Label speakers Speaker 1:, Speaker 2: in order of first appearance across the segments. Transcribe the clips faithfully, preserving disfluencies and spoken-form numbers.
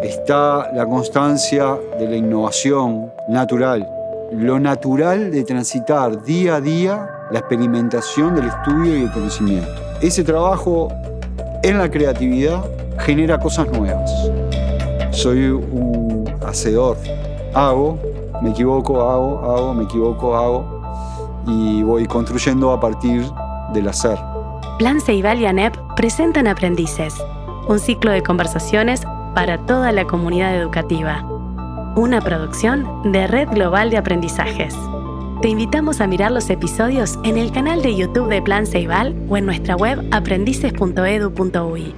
Speaker 1: está la constancia de la innovación natural, lo natural de transitar día a día la experimentación del estudio y el conocimiento. Ese trabajo en la creatividad genera cosas nuevas. Soy un hacedor, hago, me equivoco, hago, hago, me equivoco, hago y voy construyendo a partir del hacer.
Speaker 2: Plan Ceibal y ANEP presentan Aprendices, un ciclo de conversaciones para toda la comunidad educativa. Una producción de Red Global de Aprendizajes. Te invitamos a mirar los episodios en el canal de YouTube de Plan Ceibal o en nuestra web aprendices punto edu punto uy.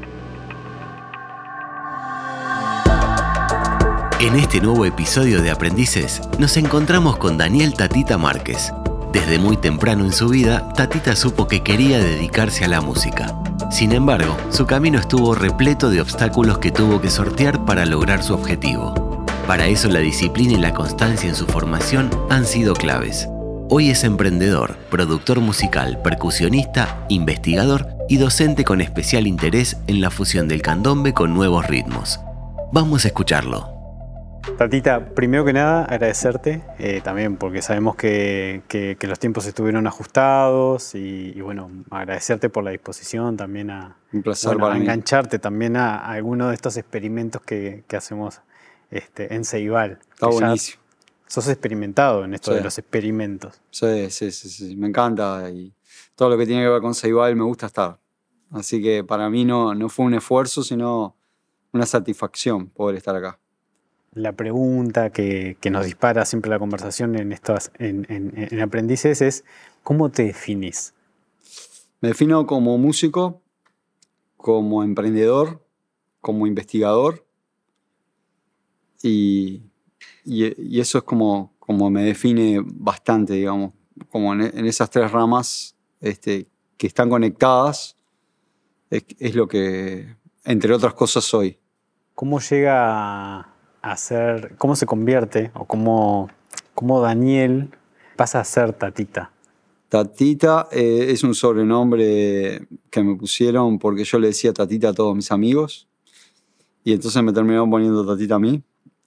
Speaker 3: En este nuevo episodio de Aprendices nos encontramos con Daniel Tatita Márquez. Desde muy temprano en su vida, Tatita supo que quería dedicarse a la música. Sin embargo, su camino estuvo repleto de obstáculos que tuvo que sortear para lograr su objetivo. Para eso la disciplina y la constancia en su formación han sido claves. Hoy es emprendedor, productor musical, percusionista, investigador y docente con especial interés en la fusión del candombe con nuevos ritmos. Vamos a escucharlo.
Speaker 4: Tatita, primero que nada agradecerte eh, también porque sabemos que, que, que los tiempos estuvieron ajustados y, y bueno, agradecerte por la disposición también a,
Speaker 1: Un placer
Speaker 4: bueno,
Speaker 1: para
Speaker 4: a
Speaker 1: mí.
Speaker 4: engancharte también a, a alguno de estos experimentos que, que hacemos este, en Ceibal.
Speaker 1: Está
Speaker 4: Que ya
Speaker 1: buenísimo.
Speaker 4: sos experimentado en esto
Speaker 1: Sí.
Speaker 4: de los experimentos.
Speaker 1: Sí, sí, sí, sí, me encanta y todo lo que tiene que ver con Ceibal me gusta estar. Así que para mí no, no fue un esfuerzo, sino una satisfacción poder estar acá.
Speaker 4: La pregunta que, que nos dispara siempre la conversación en, estas, en, en, en Aprendices es ¿cómo te definís?
Speaker 1: Me defino como músico, como emprendedor, como investigador y, y, y eso es como, como me define bastante, digamos, como en, en esas tres ramas este, que están conectadas, es, es lo que, entre otras cosas, soy.
Speaker 4: ¿Cómo llega a ser, cómo se convierte o cómo, cómo Daniel pasa a ser Tatita?
Speaker 1: Tatita eh, es un sobrenombre que me pusieron porque yo le decía Tatita a todos mis amigos y entonces me terminaron poniendo Tatita a mí.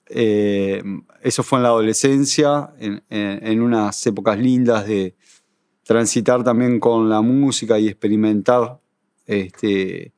Speaker 1: Eh, eso fue en la adolescencia, en, en, en unas épocas lindas de transitar también con la música y experimentar este,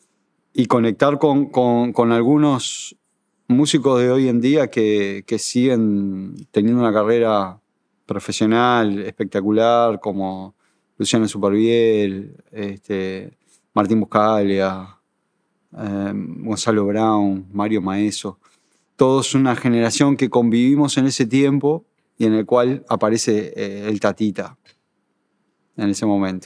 Speaker 1: y conectar con, con, con algunos músicos de hoy en día que, que siguen teniendo una carrera profesional espectacular, como Luciano Supervielle, este, Martín Buscaglia, eh, Gonzalo Brown, Mario Maeso. Todos una generación que convivimos en ese tiempo y en el cual aparece eh, el Tatita en ese momento.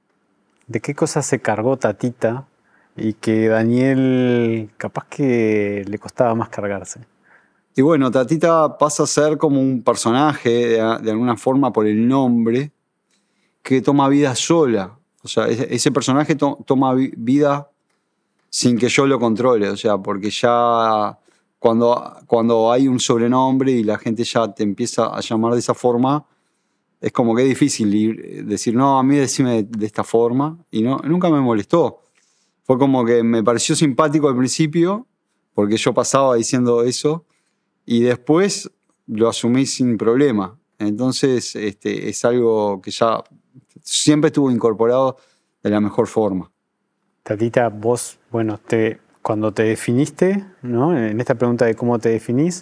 Speaker 4: ¿De qué cosas se cargó Tatita y que Daniel capaz que le costaba más cargarse?
Speaker 1: Y bueno, Tatita pasa a ser como un personaje, de, de alguna forma, por el nombre, que toma vida sola. O sea, ese, ese personaje to, toma vi, vida sin que yo lo controle. O sea, porque ya cuando, cuando hay un sobrenombre y la gente ya te empieza a llamar de esa forma, es como que es difícil ir, decir, no, a mí decime de, de esta forma. Y no, nunca me molestó. Fue como que me pareció simpático al principio, porque yo pasaba diciendo eso, y después lo asumí sin problema. Entonces este, es algo que ya siempre estuvo incorporado de la mejor forma.
Speaker 4: Tatita, vos, bueno, te, cuando te definiste, ¿no? En esta pregunta de cómo te definís,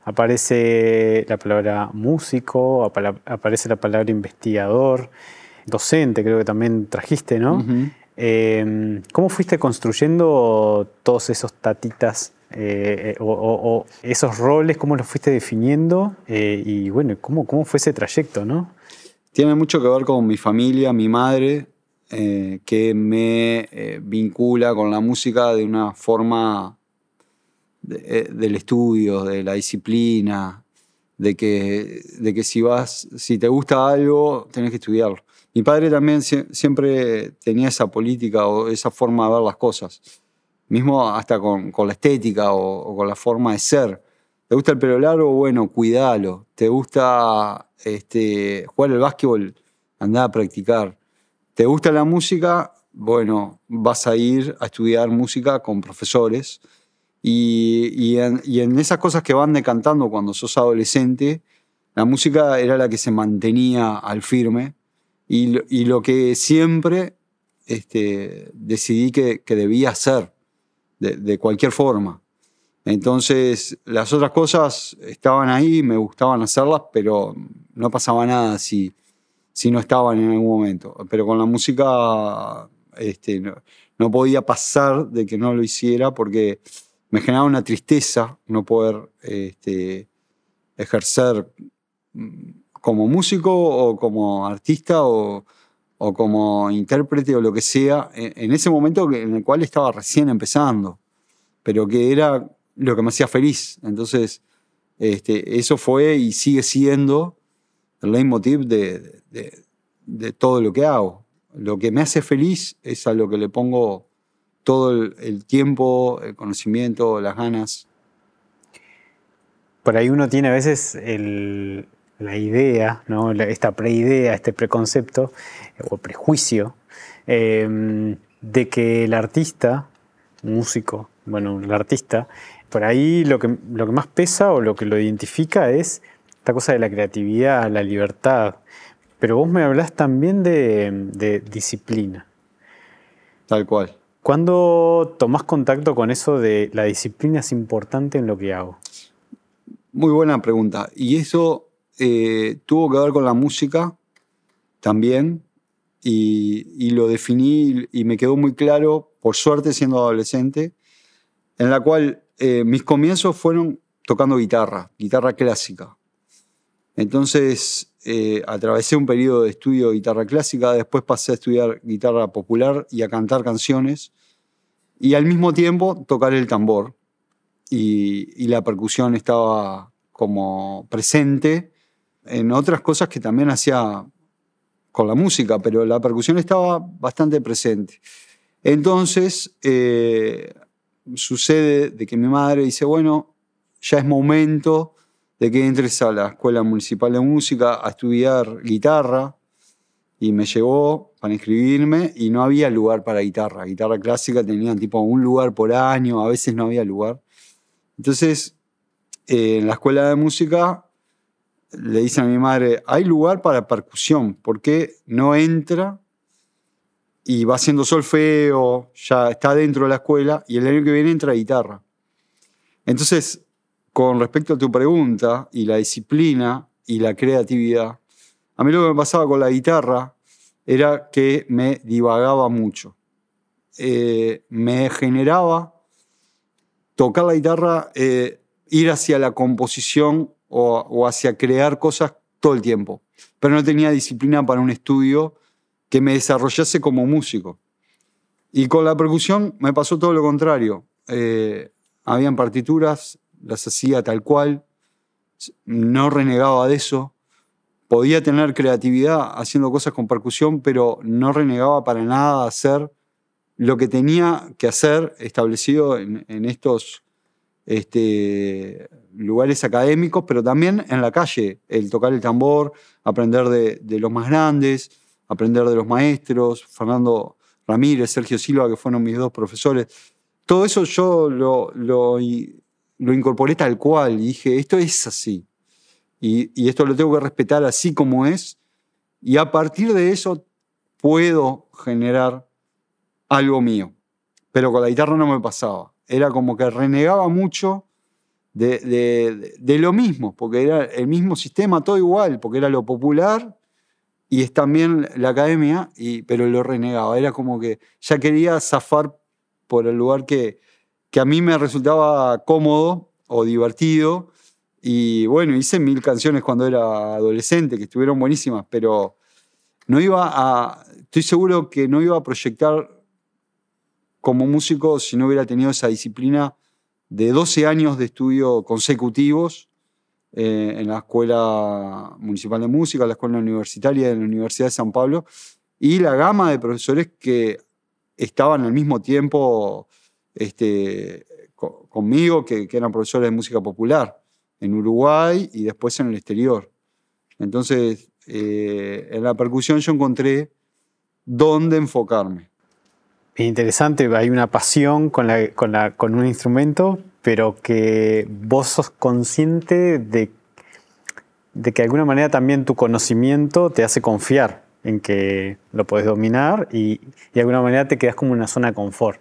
Speaker 4: aparece la palabra músico, aparece la palabra investigador, docente, creo que también trajiste, ¿no?
Speaker 1: Uh-huh.
Speaker 4: Eh, ¿Cómo fuiste construyendo todos esos Tatitas eh, o, o, o esos roles? ¿Cómo los fuiste definiendo? Eh, y bueno, ¿cómo, ¿cómo fue ese trayecto, no?
Speaker 1: Tiene mucho que ver con mi familia, mi madre, eh, que me eh, vincula con la música de una forma de, eh, del estudio, de la disciplina, de que, de que si vas, si te gusta algo, tenés que estudiarlo. Mi padre también siempre tenía esa política o esa forma de ver las cosas, mismo hasta con, con la estética o, o con la forma de ser. ¿Te gusta el pelo largo? Bueno, cuidalo. ¿Te gusta este, jugar al básquetbol? Andá a practicar. ¿Te gusta la música? Bueno, vas a ir a estudiar música con profesores Y, y, en, y en esas cosas que van decantando cuando sos adolescente, la música era la que se mantenía al firme. Y lo, y lo que siempre este, decidí que, que debía hacer, de, de cualquier forma. Entonces, las otras cosas estaban ahí, me gustaban hacerlas, pero no pasaba nada si, si no estaban en algún momento. Pero con la música este, no, no podía pasar de que no lo hiciera porque me generaba una tristeza no poder este, ejercer como músico o como artista o, o como intérprete o lo que sea, en, en ese momento en el cual estaba recién empezando, pero que era lo que me hacía feliz. Entonces, este, eso fue y sigue siendo el leitmotiv de, de, de todo lo que hago. Lo que me hace feliz es a lo que le pongo todo el, el tiempo, el conocimiento, las ganas.
Speaker 4: Por ahí uno tiene a veces el, la idea, ¿no? Esta preidea, este preconcepto o prejuicio eh, de que el artista, músico, bueno, el artista, por ahí lo que, lo que más pesa o lo que lo identifica es esta cosa de la creatividad, la libertad. Pero vos me hablás también de, de disciplina.
Speaker 1: Tal cual.
Speaker 4: ¿Cuándo tomás contacto con eso de la disciplina es importante en lo que hago?
Speaker 1: Muy buena pregunta. Y eso eh, tuvo que ver con la música también. Y, y lo definí y me quedó muy claro, por suerte siendo adolescente, en la cual eh, mis comienzos fueron tocando guitarra, guitarra clásica. Entonces eh, atravesé un periodo de estudio de guitarra clásica, después pasé a estudiar guitarra popular y a cantar canciones, y al mismo tiempo tocar el tambor. Y, y la percusión estaba como presente en otras cosas que también hacía con la música, pero la percusión estaba bastante presente. Entonces eh, sucede de que mi madre dice, bueno, ya es momento de que entres a la Escuela Municipal de Música a estudiar guitarra, y me llevó para inscribirme y no había lugar para guitarra. Guitarra clásica tenían tipo un lugar por año, a veces no había lugar. Entonces, eh, en la Escuela de Música le dicen a mi madre, hay lugar para percusión, ¿por qué no entra y va haciendo solfeo, ya está dentro de la escuela, y el año que viene entra guitarra? Entonces, con respecto a tu pregunta y la disciplina y la creatividad, a mí lo que me pasaba con la guitarra era que me divagaba mucho. Eh, me generaba tocar la guitarra, eh, ir hacia la composición o, o hacia crear cosas todo el tiempo. Pero no tenía disciplina para un estudio que me desarrollase como músico. Y con la percusión me pasó todo lo contrario. Eh, habían partituras, las hacía tal cual, no renegaba de eso. Podía tener creatividad haciendo cosas con percusión, pero no renegaba para nada hacer lo que tenía que hacer establecido en, en estos este, lugares académicos, pero también en la calle, el tocar el tambor, aprender de, de los más grandes, aprender de los maestros, Fernando Ramírez, Sergio Silva, que fueron mis dos profesores. Todo eso yo lo, lo, lo incorporé tal cual y dije, esto es así. Y, y esto lo tengo que respetar así como es, y a partir de eso puedo generar algo mío. Pero con la guitarra no me pasaba. Era como que renegaba mucho de, de, de lo mismo, porque era el mismo sistema, todo igual, porque era lo popular y es también la academia, y, pero lo renegaba. Era como que ya quería zafar por el lugar que, que a mí me resultaba cómodo o divertido. Y bueno, hice mil canciones cuando era adolescente, que estuvieron buenísimas, pero no iba a, estoy seguro que no iba a proyectar como músico si no hubiera tenido esa disciplina de doce años de estudio consecutivos eh, en la Escuela Municipal de Música, la Escuela Universitaria de la Universidad de San Pablo, y la gama de profesores que estaban al mismo tiempo este, co- conmigo, que, que eran profesores de música popular en Uruguay y después en el exterior. Entonces, eh, en la percusión yo encontré dónde enfocarme.
Speaker 4: Es interesante, hay una pasión con, la, con, la, con un instrumento, pero que vos sos consciente de, de que de alguna manera también tu conocimiento te hace confiar en que lo podés dominar y, y de alguna manera te quedás como en una zona de confort.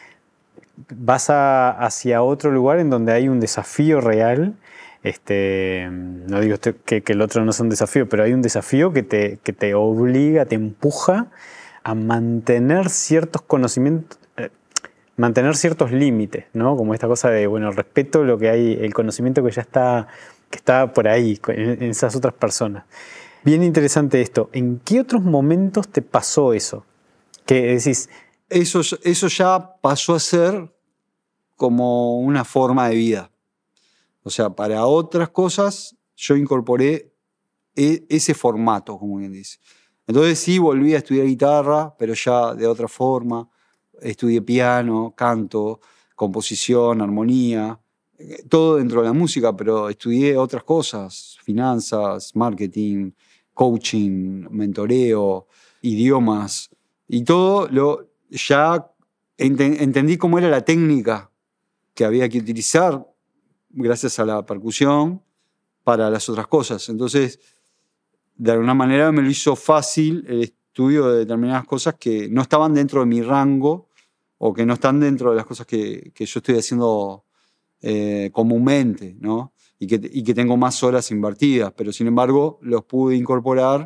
Speaker 4: Vas a, hacia otro lugar en donde hay un desafío real. Este, no digo que, que el otro no sea un desafío, pero hay un desafío que te, que te obliga, te empuja a mantener ciertos conocimientos, eh, mantener ciertos límites, ¿no? Como esta cosa de, bueno, respeto lo que hay, el conocimiento que ya está, que está por ahí, en, en esas otras personas. Bien interesante esto. ¿En qué otros momentos te pasó eso? Que decís...
Speaker 1: Eso, eso ya pasó a ser como una forma de vida. O sea, para otras cosas yo incorporé e, ese formato, como quien dice. Entonces sí, volví a estudiar guitarra, pero ya de otra forma. Estudié piano, canto, composición, armonía, todo dentro de la música, pero estudié otras cosas, finanzas, marketing, coaching, mentoreo, idiomas, y todo lo ya ent- entendí cómo era la técnica que había que utilizar gracias a la percusión para las otras cosas. Entonces, de alguna manera me lo hizo fácil el estudio de determinadas cosas que no estaban dentro de mi rango o que no están dentro de las cosas que, que yo estoy haciendo eh, comúnmente, ¿no? Y que, y que tengo más horas invertidas, pero sin embargo los pude incorporar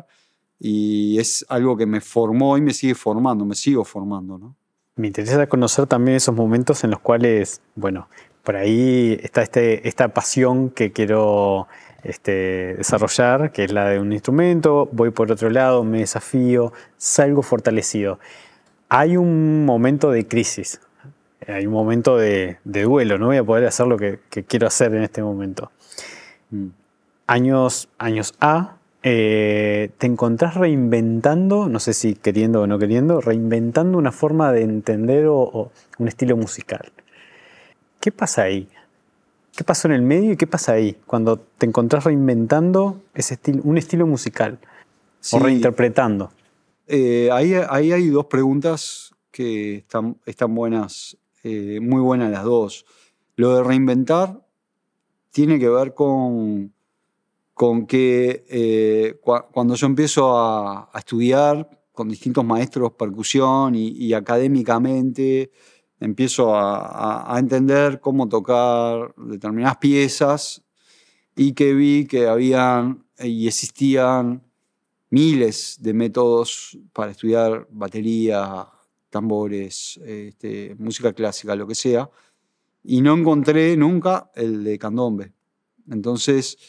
Speaker 1: y es algo que me formó y me sigue formando, me sigo formando, ¿no?
Speaker 4: Me interesa conocer también esos momentos en los cuales, bueno, por ahí está este, esta pasión que quiero este, desarrollar, que es la de un instrumento, voy por otro lado, me desafío, salgo fortalecido. Hay un momento de crisis, hay un momento de, de duelo, no voy a poder hacer lo que, que quiero hacer en este momento. Mm. Años, años A, eh, te encontrás reinventando, no sé si queriendo o no queriendo, reinventando una forma de entender o, o un estilo musical. ¿Qué pasa ahí? ¿Qué pasó en el medio y qué pasa ahí cuando te encontrás reinventando ese estilo, un estilo musical? Sí. O reinterpretando.
Speaker 1: Eh, ahí, ahí hay dos preguntas que están, están buenas, eh, muy buenas las dos. Lo de reinventar tiene que ver con, con que eh, cu- cuando yo empiezo a, a estudiar con distintos maestros percusión y, y académicamente empiezo a, a, a entender cómo tocar determinadas piezas y que vi que habían y existían miles de métodos para estudiar batería, tambores, este, música clásica, lo que sea, y no encontré nunca el de candombe. Entonces,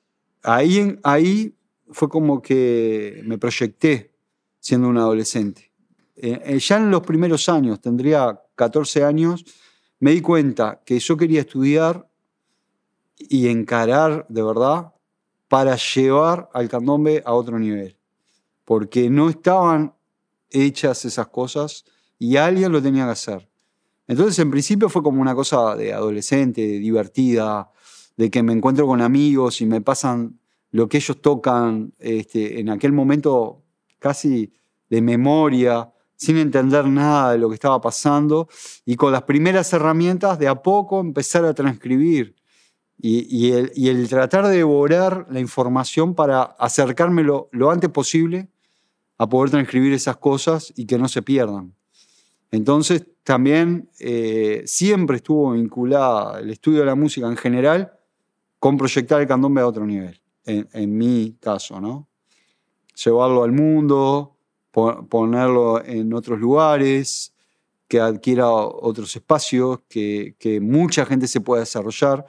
Speaker 1: ahí, ahí fue como que me proyecté siendo un adolescente. Eh, ya en los primeros años, tendría catorce años, me di cuenta que yo quería estudiar y encarar de verdad para llevar al candombe a otro nivel. Porque no estaban hechas esas cosas y alguien lo tenía que hacer. Entonces, en principio fue como una cosa de adolescente, divertida, de que me encuentro con amigos y me pasan lo que ellos tocan este, en aquel momento casi de memoria, sin entender nada de lo que estaba pasando, y con las primeras herramientas de a poco empezar a transcribir. Y, y, el, y el tratar de devorar la información para acercarme lo, lo antes posible a poder transcribir esas cosas y que no se pierdan. Entonces también eh, siempre estuvo vinculada el estudio de la música en general con proyectar el candombe a otro nivel, en, en mi caso, ¿no? Llevarlo al mundo, po- ponerlo en otros lugares, que adquiera otros espacios, que, que mucha gente se pueda desarrollar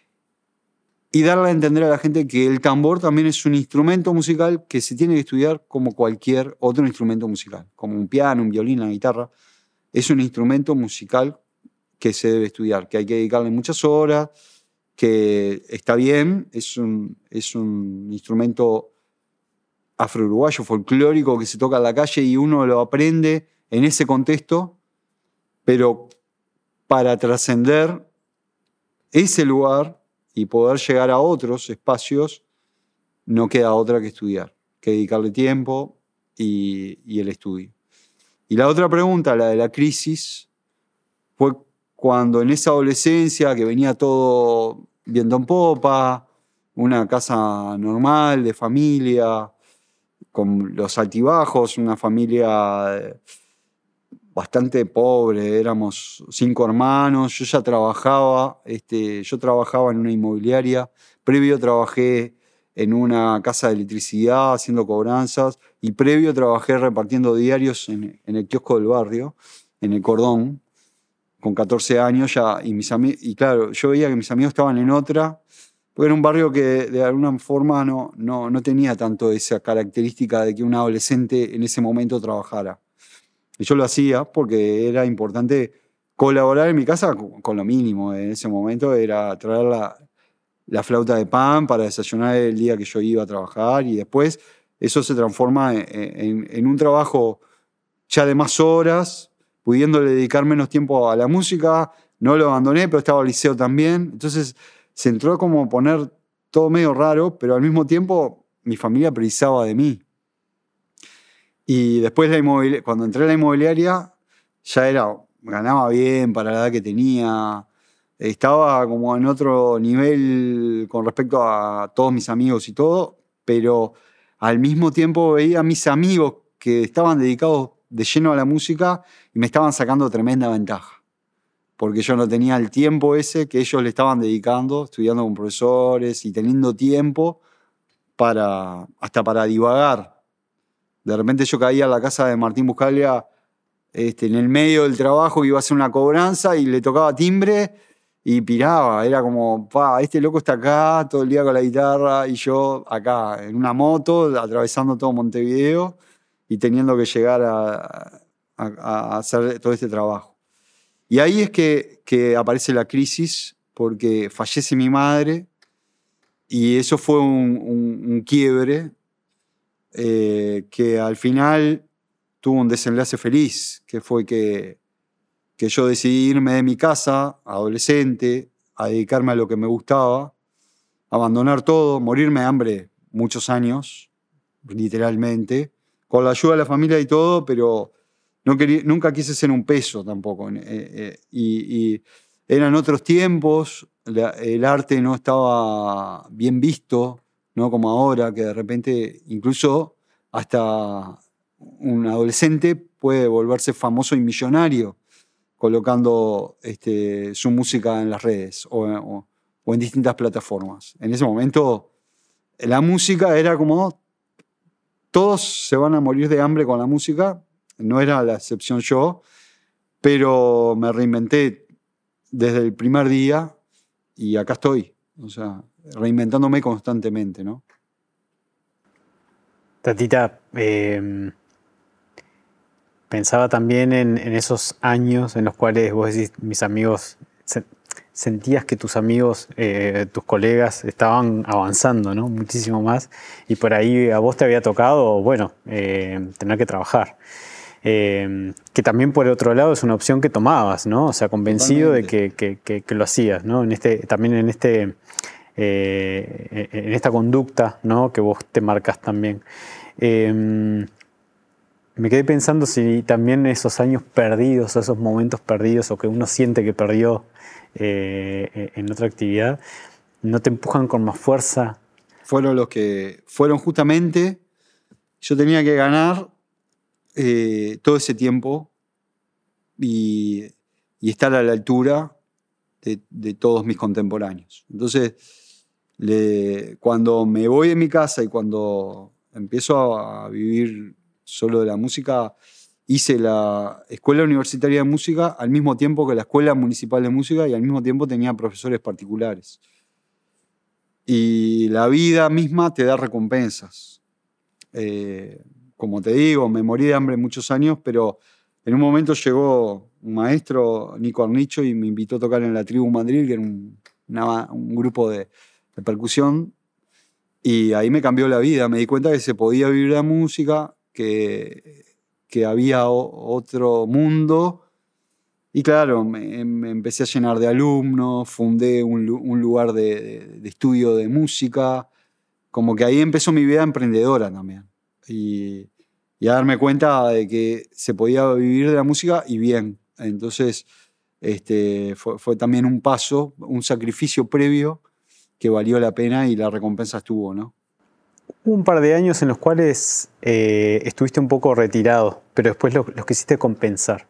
Speaker 1: y darle a entender a la gente que el tambor también es un instrumento musical que se tiene que estudiar como cualquier otro instrumento musical, como un piano, un violín, una guitarra. Es un instrumento musical que se debe estudiar, que hay que dedicarle muchas horas, que está bien, es un, es un instrumento afro-uruguayo, folclórico, que se toca en la calle y uno lo aprende en ese contexto, pero para trascender ese lugar y poder llegar a otros espacios, no queda otra que estudiar, que dedicarle tiempo y, y el estudio. Y la otra pregunta, la de la crisis, fue cuando en esa adolescencia que venía todo viento en popa, una casa normal, de familia, con los altibajos, una familia bastante pobre, éramos cinco hermanos, yo ya trabajaba, este, yo trabajaba en una inmobiliaria, previo trabajé en una casa de electricidad haciendo cobranzas y previo trabajé repartiendo diarios en, en el kiosco del barrio, en el Cordón, con catorce años ya, y, mis ami- y claro, yo veía que mis amigos estaban en otra, porque era un barrio que de alguna forma no, no, no tenía tanto esa característica de que un adolescente en ese momento trabajara. Y yo lo hacía porque era importante colaborar en mi casa con, con lo mínimo. En ese momento era traer la, la flauta de pan para desayunar el día que yo iba a trabajar y después eso se transforma en, en, en un trabajo ya de más horas, pudiéndole dedicar menos tiempo a la música. No lo abandoné, pero estaba al liceo también. Entonces se entró como a poner todo medio raro, pero al mismo tiempo mi familia precisaba de mí. Y después la inmobiliaria, cuando entré a la inmobiliaria, ya era, ganaba bien para la edad que tenía. Estaba como en otro nivel con respecto a todos mis amigos y todo, pero al mismo tiempo veía a mis amigos que estaban dedicados de lleno a la música y me estaban sacando tremenda ventaja. Porque yo no tenía el tiempo ese que ellos le estaban dedicando, estudiando con profesores y teniendo tiempo para, hasta para divagar. De repente yo caía a la casa de Martín Buscaglia este, en el medio del trabajo, que iba a hacer una cobranza y le tocaba timbre y piraba. Era como, pa, este loco está acá todo el día con la guitarra y yo acá en una moto atravesando todo Montevideo y teniendo que llegar a, a, a hacer todo este trabajo. Y ahí es que, que aparece la crisis porque fallece mi madre y eso fue un, un, un quiebre. Eh, que al final tuvo un desenlace feliz, que fue que, que yo decidí irme de mi casa, adolescente, a dedicarme a lo que me gustaba, abandonar todo, morirme de hambre muchos años, literalmente, con la ayuda de la familia y todo, pero no quería, nunca quise ser un peso tampoco. Eh, eh, y, y eran otros tiempos, la, el arte no estaba bien visto, no como ahora, que de repente incluso hasta un adolescente puede volverse famoso y millonario colocando este, su música en las redes o, o, o en distintas plataformas. En ese momento la música era como todos se van a morir de hambre con la música, no era la excepción yo, pero me reinventé desde el primer día y acá estoy. O sea, reinventándome constantemente, ¿no?
Speaker 4: Tatita, eh, pensaba también en, en esos años en los cuales vos decís, mis amigos, se, sentías que tus amigos, eh, tus colegas estaban avanzando, ¿no? Muchísimo más, y por ahí a vos te había tocado, bueno, eh, tener que trabajar. Eh, que también por otro lado es una opción que tomabas, ¿no? O sea, convencido Totalmente. de que, que, que, que lo hacías, ¿no? En este, también en este... Eh, en esta conducta, ¿no? Que vos te marcas también. Eh, me quedé pensando si también esos años perdidos, esos momentos perdidos o que uno siente que perdió eh, en otra actividad, ¿no te empujan con más fuerza?
Speaker 1: Fueron los que fueron justamente, yo tenía que ganar eh, todo ese tiempo y, y estar a la altura de, de todos mis contemporáneos. Entonces, Le, cuando me voy de mi casa y cuando empiezo a vivir solo de la música, hice la Escuela Universitaria de Música al mismo tiempo que la Escuela Municipal de Música y al mismo tiempo tenía profesores particulares. Y la vida misma te da recompensas. Eh, como te digo, me morí de hambre muchos años, pero en un momento llegó un maestro, Nico Arnicho, y me invitó a tocar en la Tribu Madrid, que era un, una, un grupo de de percusión, y ahí me cambió la vida. Me di cuenta que se podía vivir la música, que, que había o, otro mundo, y claro, me, me empecé a llenar de alumnos, fundé un, un lugar de, de, de estudio de música, como que ahí empezó mi vida emprendedora también, y, y a darme cuenta de que se podía vivir de la música y bien. Entonces este, fue, fue también un paso, un sacrificio previo que valió la pena y la recompensa estuvo, ¿no?
Speaker 4: Hubo un par de años en los cuales eh, estuviste un poco retirado, pero después los lo quisiste compensar.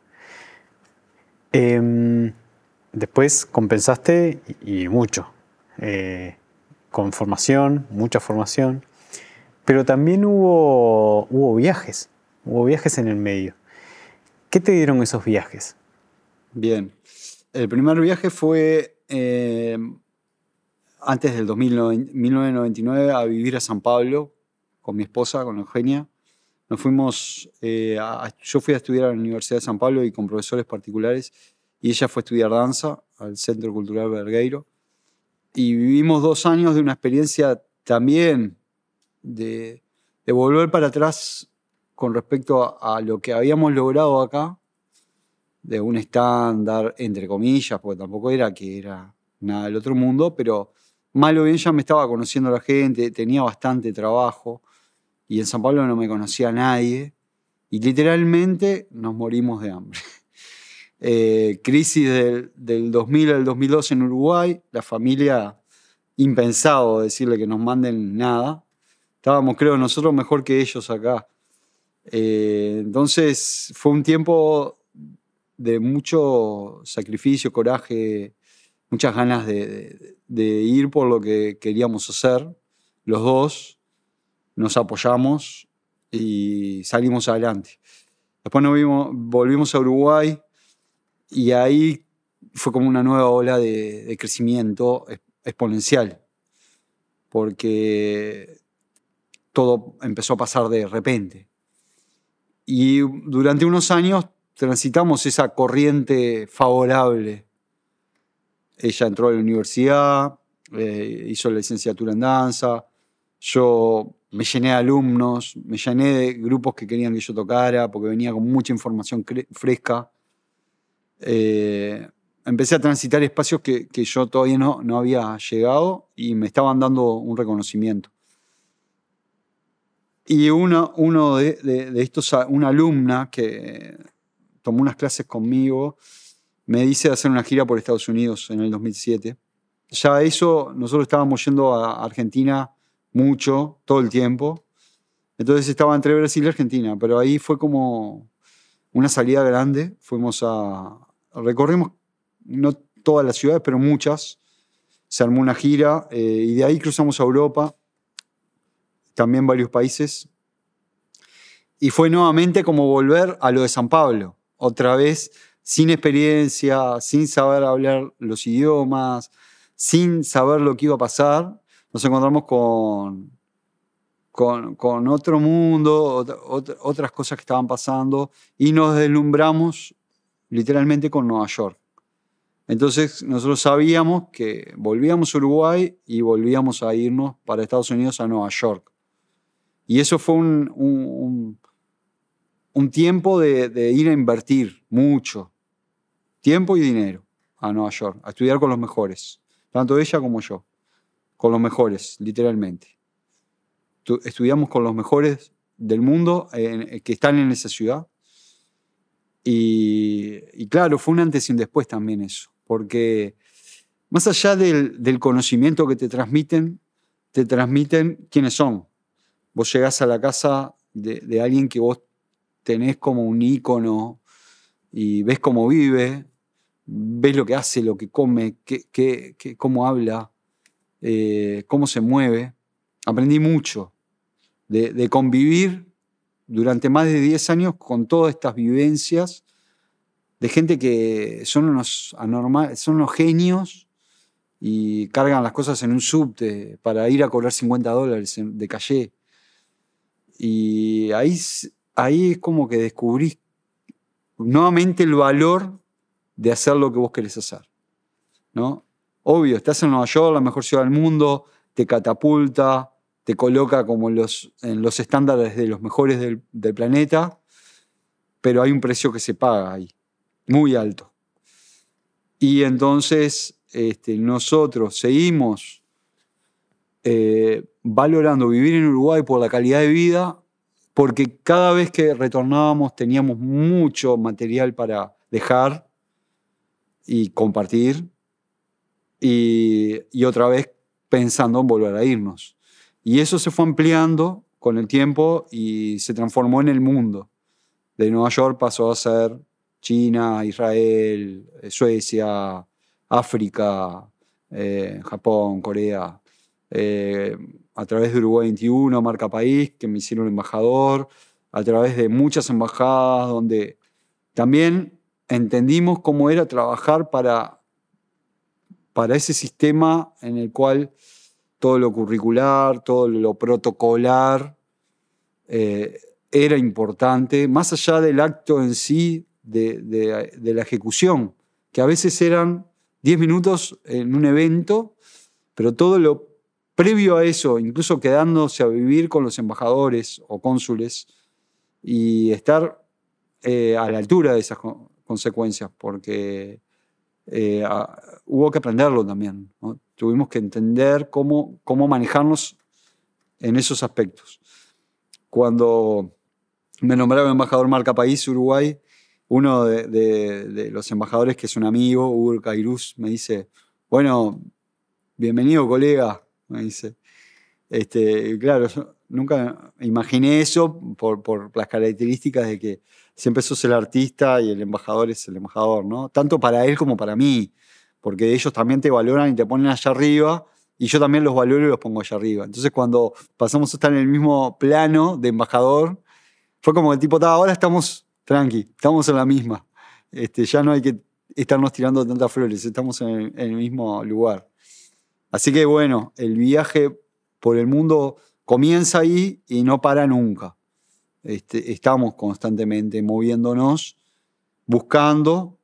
Speaker 4: Eh, después compensaste y, y mucho, eh, con formación, mucha formación, pero también hubo, hubo viajes, hubo viajes en el medio. ¿Qué te dieron esos viajes?
Speaker 1: Bien, el primer viaje fue eh, antes del mil novecientos noventa y nueve a vivir a San Pablo con mi esposa, con Eugenia. Nos fuimos, eh, a, yo fui a estudiar a la Universidad de San Pablo y con profesores particulares, y ella fue a estudiar danza al Centro Cultural Vergueiro. Y vivimos dos años de una experiencia también de, de volver para atrás con respecto a, a lo que habíamos logrado acá, de un estándar, entre comillas, porque tampoco era que era nada del otro mundo, pero mal o bien ya me estaba conociendo la gente, tenía bastante trabajo, y en San Pablo no me conocía a nadie, y literalmente nos morimos de hambre. Eh, crisis del, del dos mil al dos mil dos en Uruguay, la familia, impensado decirle que nos manden nada, estábamos, creo, nosotros mejor que ellos acá. Eh, entonces fue un tiempo de mucho sacrificio, coraje, muchas ganas de, de, de ir por lo que queríamos hacer. Los dos nos apoyamos y salimos adelante. Después nos vimos, volvimos a Uruguay y ahí fue como una nueva ola de, de crecimiento exponencial, porque todo empezó a pasar de repente. Y durante unos años transitamos esa corriente favorable. Ella entró a la universidad, eh, hizo la licenciatura en danza, yo me llené de alumnos, me llené de grupos que querían que yo tocara, porque venía con mucha información fresca. Eh, empecé a transitar espacios que, que yo todavía no, no había llegado y me estaban dando un reconocimiento. Y uno, uno de, de, de estos, una alumna que tomó unas clases conmigo, me dice de hacer una gira por Estados Unidos en el dos mil siete. Ya eso, nosotros estábamos yendo a Argentina mucho, todo el tiempo. Entonces estaba entre Brasil y Argentina, pero ahí fue como una salida grande. Fuimos a... recorrimos no todas las ciudades, pero muchas. Se armó una gira eh, y de ahí cruzamos a Europa, también varios países. Y fue nuevamente como volver a lo de San Pablo. Otra vez, sin experiencia, sin saber hablar los idiomas, sin saber lo que iba a pasar, nos encontramos con, con, con otro mundo, ot, otras cosas que estaban pasando, y nos deslumbramos literalmente con Nueva York. Entonces nosotros sabíamos que volvíamos a Uruguay y volvíamos a irnos para Estados Unidos a Nueva York. Y eso fue un, un, un, un tiempo de, de ir a invertir mucho, tiempo y dinero, a Nueva York, a estudiar con los mejores, tanto ella como yo, con los mejores, literalmente. Estudiamos con los mejores del mundo eh, que están en esa ciudad. Y, y claro, fue un antes y un después también eso, porque más allá del, del conocimiento que te transmiten, te transmiten quiénes son. Vos llegás a la casa de, de alguien que vos tenés como un ícono y ves cómo vive, ves lo que hace, lo que come, qué, qué, qué, cómo habla, eh, cómo se mueve. Aprendí mucho de, de convivir durante más de diez años con todas estas vivencias de gente que son unos anormales, son unos genios y cargan las cosas en un subte para ir a cobrar cincuenta dólares de calle. Y ahí, ahí es como que descubrís nuevamente el valor de hacer lo que vos querés hacer, ¿no? Obvio, estás en Nueva York, la mejor ciudad del mundo, te catapulta, te coloca como en los, en los estándares de los mejores del, del planeta, pero hay un precio que se paga ahí, muy alto. Y entonces este, nosotros seguimos eh, valorando vivir en Uruguay por la calidad de vida, porque cada vez que retornábamos teníamos mucho material para dejar y compartir y, y otra vez pensando en volver a irnos. Y eso se fue ampliando con el tiempo y se transformó en el mundo. De Nueva York pasó a ser China, Israel, Suecia, África, eh, Japón, Corea. Eh, a través de Uruguay veintiuno, Marca País, que me hicieron embajador, a través de muchas embajadas donde también entendimos cómo era trabajar para, para ese sistema en el cual todo lo curricular, todo lo protocolar eh, era importante, más allá del acto en sí de, de, de la ejecución, que a veces eran diez minutos en un evento, pero todo lo previo a eso, incluso quedándose a vivir con los embajadores o cónsules y estar eh, a la altura de esas co- consecuencias, porque eh, a, hubo que aprenderlo también, ¿no? Tuvimos que entender cómo, cómo manejarnos en esos aspectos. Cuando me nombraron embajador Marca País Uruguay, uno de, de, de los embajadores, que es un amigo, Hugo Cairuz, me dice, bueno, bienvenido colega, me dice. Este, claro, yo nunca imaginé eso por, por las características de que siempre sos el artista y el embajador es el embajador, ¿no? Tanto para él como para mí, porque ellos también te valoran y te ponen allá arriba, y yo también los valoro y los pongo allá arriba. Entonces, cuando pasamos a estar en el mismo plano de embajador, fue como el tipo, ahora estamos tranqui, estamos en la misma. Este, ya no hay que estarnos tirando tantas flores, estamos en el, en el mismo lugar. Así que bueno, el viaje por el mundo comienza ahí y no para nunca. Este, estamos constantemente moviéndonos, buscando,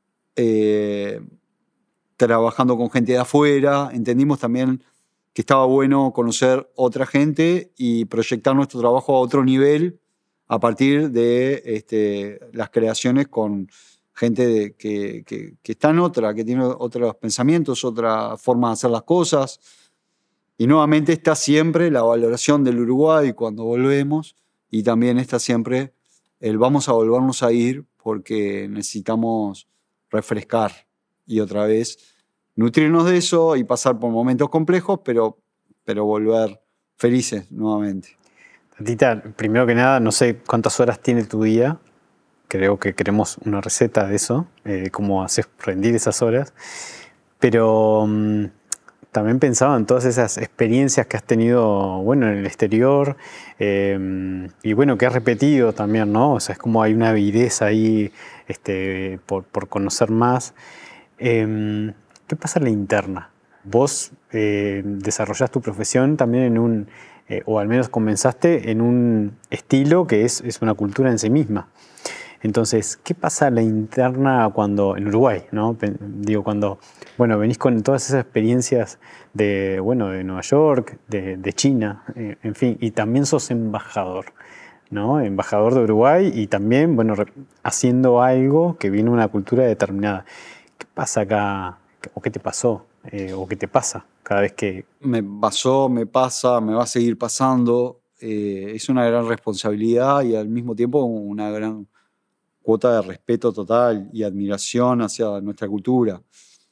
Speaker 1: eh, trabajando con gente de afuera. Entendimos también que estaba bueno conocer otra gente y proyectar nuestro trabajo a otro nivel a partir de este, las creaciones con gente de, que, que, que está en otra, que tiene otros pensamientos, otra forma de hacer las cosas. Y nuevamente está siempre la valoración del Uruguay cuando volvemos, y también está siempre el vamos a volvernos a ir porque necesitamos refrescar y otra vez nutrirnos de eso y pasar por momentos complejos, pero, pero volver felices nuevamente.
Speaker 4: Tatita, primero que nada, no sé cuántas horas tiene tu día. Creo que queremos una receta de eso, eh, cómo haces rendir esas horas. Pero um, también pensaba en todas esas experiencias que has tenido, bueno, en el exterior, eh, y bueno, que has repetido también, ¿no? O sea, es como hay una avidez ahí este, por, por conocer más. Eh, ¿Qué pasa en la interna? Vos eh, desarrollás tu profesión también en un, eh, o al menos comenzaste en un estilo que es, es una cultura en sí misma. Entonces, ¿qué pasa en la interna cuando, en Uruguay, ¿no? Digo, cuando, bueno, venís con todas esas experiencias de, bueno, de Nueva York, de, de China, eh, en fin, y también sos embajador, ¿no? Embajador de Uruguay y también, bueno, haciendo algo que viene de una cultura determinada. ¿Qué pasa acá? ¿O qué te pasó? Eh, ¿O qué te pasa cada vez que...?
Speaker 1: Me pasó, me pasa, me va a seguir pasando. Eh, es una gran responsabilidad y al mismo tiempo una gran cuota de respeto total y admiración hacia nuestra cultura.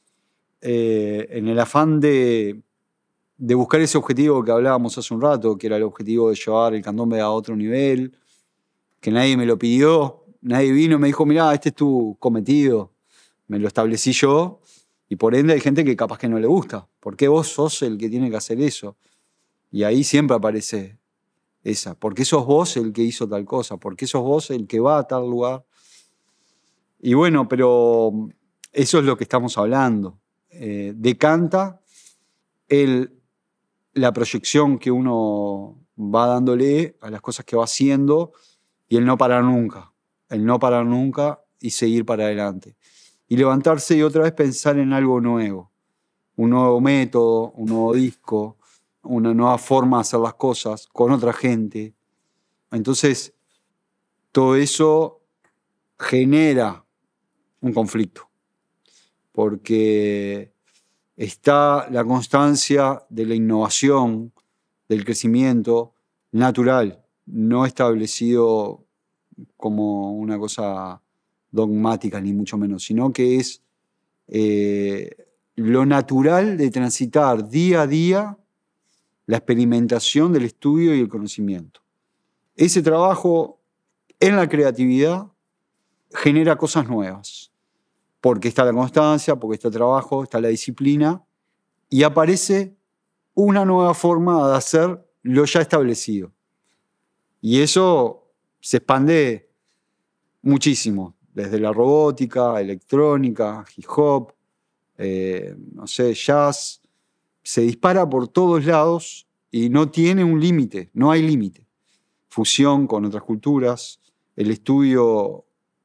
Speaker 1: Eh, en el afán de, de buscar ese objetivo que hablábamos hace un rato, que era el objetivo de llevar el candombe a otro nivel, que nadie me lo pidió, nadie vino y me dijo, mirá, este es tu cometido, me lo establecí yo, y por ende hay gente que capaz que no le gusta. ¿Por qué vos sos el que tiene que hacer eso? Y ahí siempre aparece esa. ¿Por qué sos vos el que hizo tal cosa? ¿Por qué sos vos el que va a tal lugar? Y bueno, pero eso es lo que estamos hablando. Eh, decanta el, la proyección que uno va dándole a las cosas que va haciendo y el no parar nunca. El no parar nunca y seguir para adelante. Y levantarse y otra vez pensar en algo nuevo. Un nuevo método, un nuevo disco, una nueva forma de hacer las cosas con otra gente. Entonces, todo eso genera un conflicto, porque está la constancia de la innovación, del crecimiento natural, no establecido como una cosa dogmática, ni mucho menos, sino que es eh, lo natural de transitar día a día la experimentación del estudio y el conocimiento. Ese trabajo en la creatividad genera cosas nuevas, porque está la constancia, porque está el trabajo, está la disciplina, y aparece una nueva forma de hacer lo ya establecido. Y eso se expande muchísimo, desde la robótica, electrónica, hip hop, eh, no sé, jazz, se dispara por todos lados y no tiene un límite, no hay límite. Fusión con otras culturas, el estudio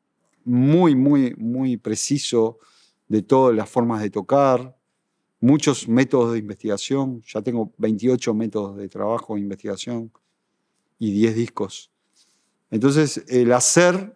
Speaker 1: muy, muy, muy preciso de todas las formas de tocar, muchos métodos de investigación. Ya tengo veintiocho métodos de trabajo de investigación y diez discos. Entonces, el hacer,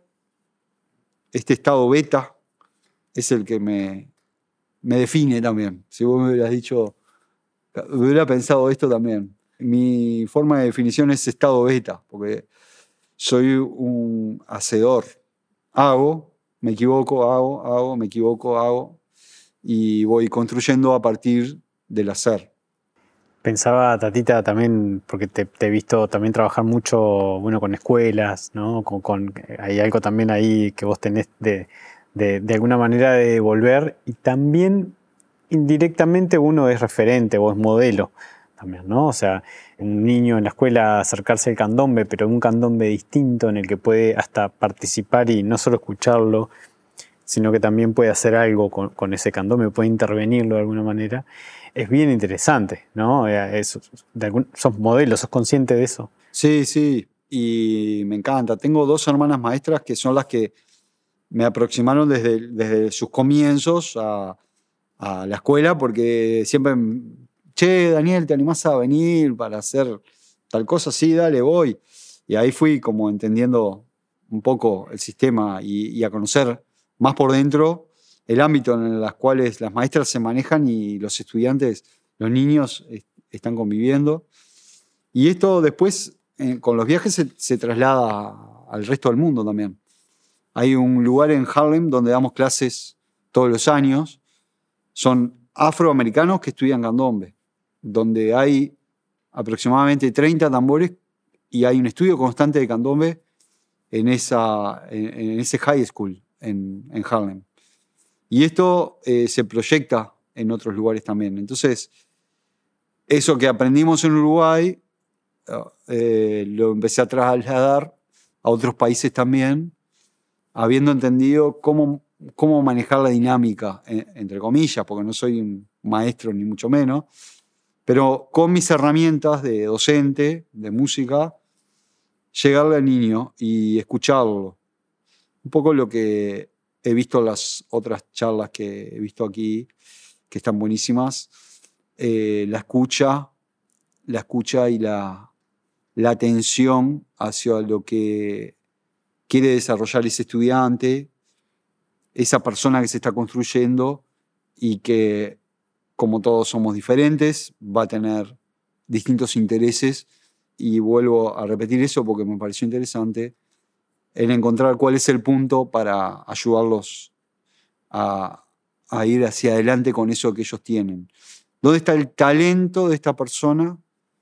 Speaker 1: este estado beta, es el que me, me define también. Si vos me hubieras dicho, hubiera pensado esto también. Mi forma de definición es estado beta, porque soy un hacedor. Hago, me equivoco, hago, hago, me equivoco, hago, y voy construyendo a partir del hacer.
Speaker 4: Pensaba, Tatita, también, porque te, te he visto también trabajar mucho, bueno, con escuelas, ¿no? Con, con, hay algo también ahí que vos tenés de, de, de alguna manera de devolver, y también indirectamente uno es referente o es modelo también, ¿no? O sea, un niño en la escuela acercarse al candombe, pero un candombe distinto en el que puede hasta participar y no solo escucharlo, sino que también puede hacer algo con, con ese candombe, puede intervenirlo de alguna manera. Es bien interesante, ¿no? Es, de algún, sos modelo, sos consciente de eso.
Speaker 1: Sí, sí, y me encanta. Tengo dos hermanas maestras que son las que me aproximaron desde, desde sus comienzos a, a la escuela, porque siempre, che, Daniel, ¿te animás a venir para hacer tal cosa? Sí, dale, voy. Y ahí fui como entendiendo un poco el sistema y, y a conocer más por dentro el ámbito en el cual las maestras se manejan y los estudiantes, los niños, est- están conviviendo. Y esto después, eh, con los viajes, se, se traslada al resto del mundo también. Hay un lugar en Harlem donde damos clases todos los años. Son afroamericanos que estudian candombe, donde hay aproximadamente treinta tambores y hay un estudio constante de candombe en, esa, en, en ese high school en, en Harlem. Y esto eh, se proyecta en otros lugares también. Entonces, eso que aprendimos en Uruguay, eh, lo empecé a trasladar a otros países también, habiendo entendido cómo, cómo manejar la dinámica, eh, entre comillas, porque no soy un maestro ni mucho menos, pero con mis herramientas de docente, de música, llegarle al niño y escucharlo. Un poco lo que he visto en las otras charlas que he visto aquí, que están buenísimas, eh, la escucha, la escucha y la, la atención hacia lo que quiere desarrollar ese estudiante, esa persona que se está construyendo y que, como todos somos diferentes, va a tener distintos intereses. Y vuelvo a repetir eso porque me pareció interesante, en encontrar cuál es el punto para ayudarlos a, a ir hacia adelante con eso que ellos tienen. ¿Dónde está el talento de esta persona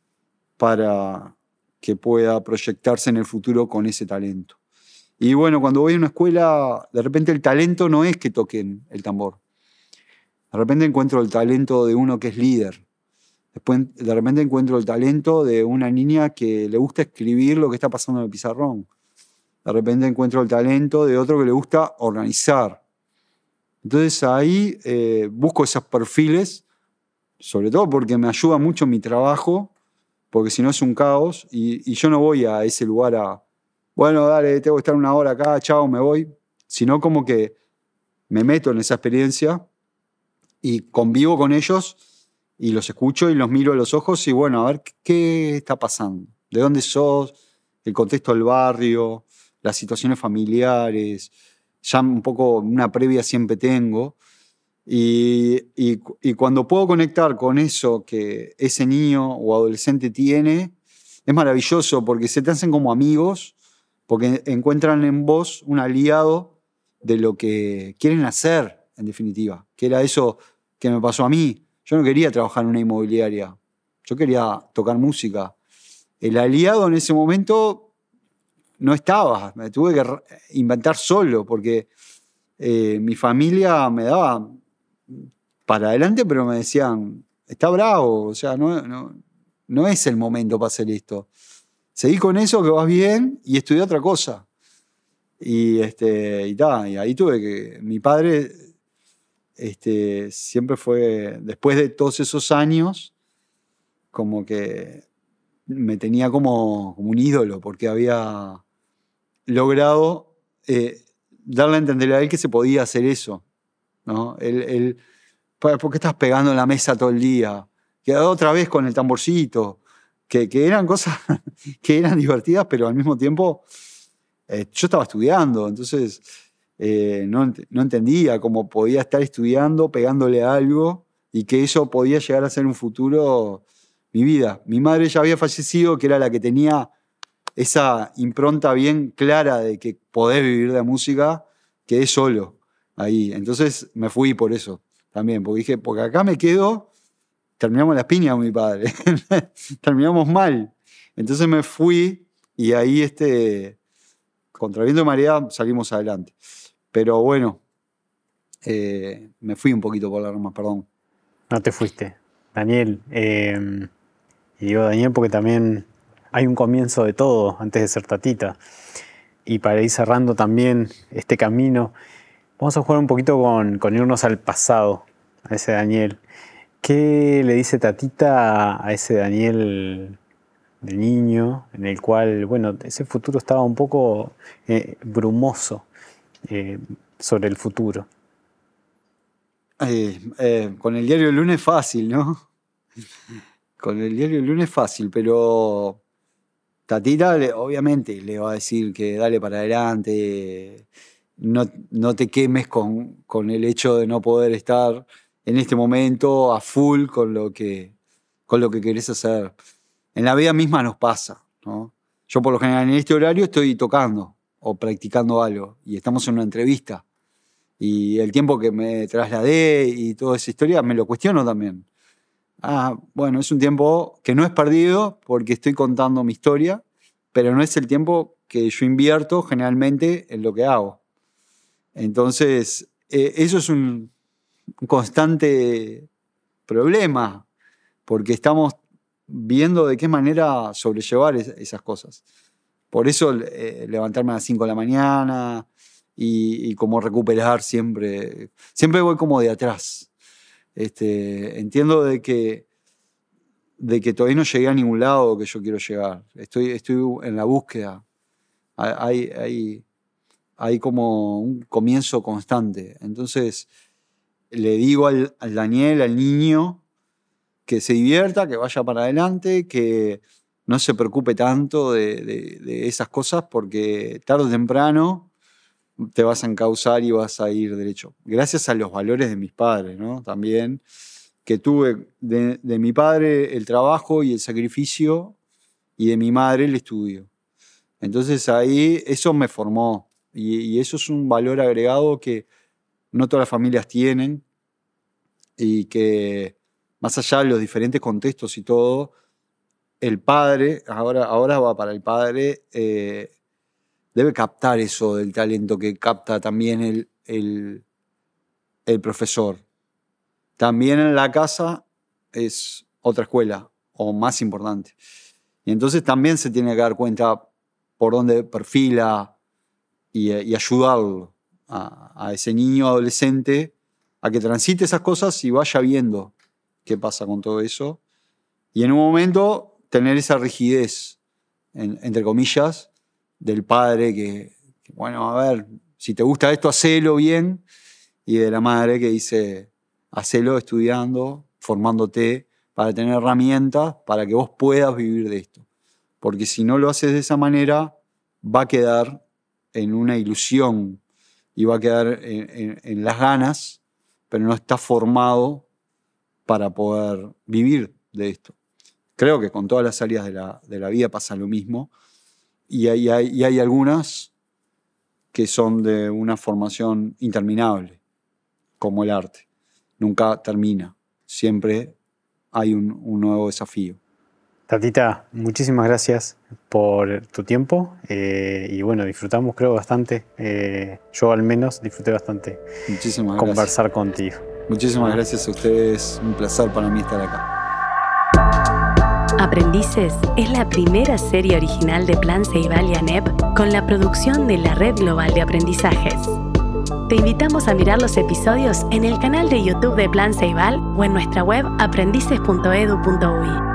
Speaker 1: para que pueda proyectarse en el futuro con ese talento? Y bueno, cuando voy a una escuela, de repente el talento no es que toquen el tambor. De repente encuentro el talento de uno que es líder. Después, de repente encuentro el talento de una niña que le gusta escribir lo que está pasando en el pizarrón. De repente encuentro el talento de otro que le gusta organizar. Entonces ahí eh, busco esos perfiles, sobre todo porque me ayuda mucho mi trabajo, porque si no es un caos, y, y yo no voy a ese lugar a, bueno, dale, tengo que estar una hora acá, chao, me voy, sino como que me meto en esa experiencia y convivo con ellos y los escucho y los miro a los ojos y bueno, a ver qué está pasando, de dónde sos, el contexto del barrio, las situaciones familiares, ya un poco una previa siempre tengo. Y, y, y cuando puedo conectar con eso que ese niño o adolescente tiene, es maravilloso porque se te hacen como amigos, porque encuentran en vos un aliado de lo que quieren hacer. en definitiva, que era eso que me pasó a mí. Yo no quería trabajar en una inmobiliaria, yo quería tocar música. El aliado en ese momento no estaba, me tuve que inventar solo, porque eh, mi familia me daba para adelante, pero me decían, está bravo, o sea, no, no, no es el momento para hacer esto. Seguí con eso, que vas bien, y estudié otra cosa. Y, este, y, ta, y ahí tuve que... Mi padre este, siempre fue, después de todos esos años, como que me tenía como, como un ídolo, porque había logrado eh, darle a entender a él que se podía hacer eso, ¿no? Él, él, ¿por qué estás pegando en la mesa todo el día? Quedó otra vez con el tamborcito, que, que eran cosas que eran divertidas, pero al mismo tiempo eh, yo estaba estudiando, entonces eh, no, no entendía cómo podía estar estudiando, pegándole a algo, y que eso podía llegar a ser un futuro mi vida. Mi madre ya había fallecido, que era la que tenía esa impronta bien clara de que podés vivir de música, quedé solo ahí. Entonces me fui por eso también, porque dije, porque acá me quedo, terminamos las piñas con mi padre, terminamos mal. Entonces me fui y ahí, este, contra viento y marea, salimos adelante. Pero bueno, eh, me fui un poquito por las ramas, perdón.
Speaker 4: No te fuiste, Daniel. Eh, y digo Daniel porque también hay un comienzo de todo antes de ser Tatita. Y para ir cerrando también este camino, vamos a jugar un poquito con, con irnos al pasado, a ese Daniel. ¿Qué le dice Tatita a ese Daniel de niño, en el cual, bueno, ese futuro estaba un poco eh, brumoso eh, sobre el futuro?
Speaker 1: Eh, eh, con el diario del lunes fácil, ¿no? Con el diario del lunes fácil, pero Tatita le, obviamente le va a decir que dale para adelante, no, no te quemes con, con el hecho de no poder estar en este momento a full con lo que, con lo que querés hacer. En la vida misma nos pasa, ¿no? Yo por lo general en este horario estoy tocando o practicando algo y estamos en una entrevista. Y el tiempo que me trasladé y toda esa historia me lo cuestiono también. Ah, bueno, es un tiempo que no es perdido porque estoy contando mi historia, pero no es el tiempo que yo invierto generalmente en lo que hago. Entonces, eh, eso es un, un constante problema, porque estamos viendo de qué manera sobrellevar es, esas cosas. Por eso eh, levantarme a las cinco de la mañana y, y como recuperar siempre. Siempre voy como de atrás. Este, entiendo de que, de que todavía no llegué a ningún lado que yo quiero llegar. Estoy, estoy en la búsqueda. Hay, hay, hay como un comienzo constante. Entonces le digo al, al Daniel, al niño, que se divierta, que vaya para adelante, que no se preocupe tanto de, de, de esas cosas, porque tarde o temprano te vas a encauzar y vas a ir derecho. Gracias a los valores de mis padres, ¿no? También, que tuve de, de mi padre el trabajo y el sacrificio, y de mi madre el estudio. Entonces ahí eso me formó, y, y eso es un valor agregado que no todas las familias tienen, y que más allá de los diferentes contextos y todo, el padre, ahora, ahora va para el padre, eh, debe captar eso del talento que capta también el, el, el profesor. También en la casa es otra escuela, o más importante. Y entonces también se tiene que dar cuenta por dónde perfila y, y ayudarlo a, a ese niño adolescente a que transite esas cosas y vaya viendo qué pasa con todo eso. Y en un momento tener esa rigidez, en, entre comillas, del padre que, que, bueno, a ver, si te gusta esto, hacelo bien, y de la madre que dice, hacelo estudiando, formándote, para tener herramientas para que vos puedas vivir de esto. Porque si no lo haces de esa manera, va a quedar en una ilusión y va a quedar en, en, en las ganas, pero no está formado para poder vivir de esto. Creo que con todas las áreas de la, de la vida pasa lo mismo, y hay, hay, y hay algunas que son de una formación interminable. como el arte. Nunca termina. Siempre hay un, un nuevo desafío.
Speaker 4: Tatita, muchísimas gracias por tu tiempo eh, y bueno, disfrutamos creo bastante, eh, yo al menos disfruté bastante
Speaker 1: Muchísimas
Speaker 4: conversar
Speaker 1: gracias.
Speaker 4: contigo.
Speaker 1: Muchísimas ah. gracias a ustedes, un placer para mí estar acá.
Speaker 2: Aprendices es la primera serie original de Plan Ceibal y ANEP con la producción de la Red Global de Aprendizajes. Te invitamos a mirar los episodios en el canal de YouTube de Plan Ceibal o en nuestra web aprendices punto edu punto uy.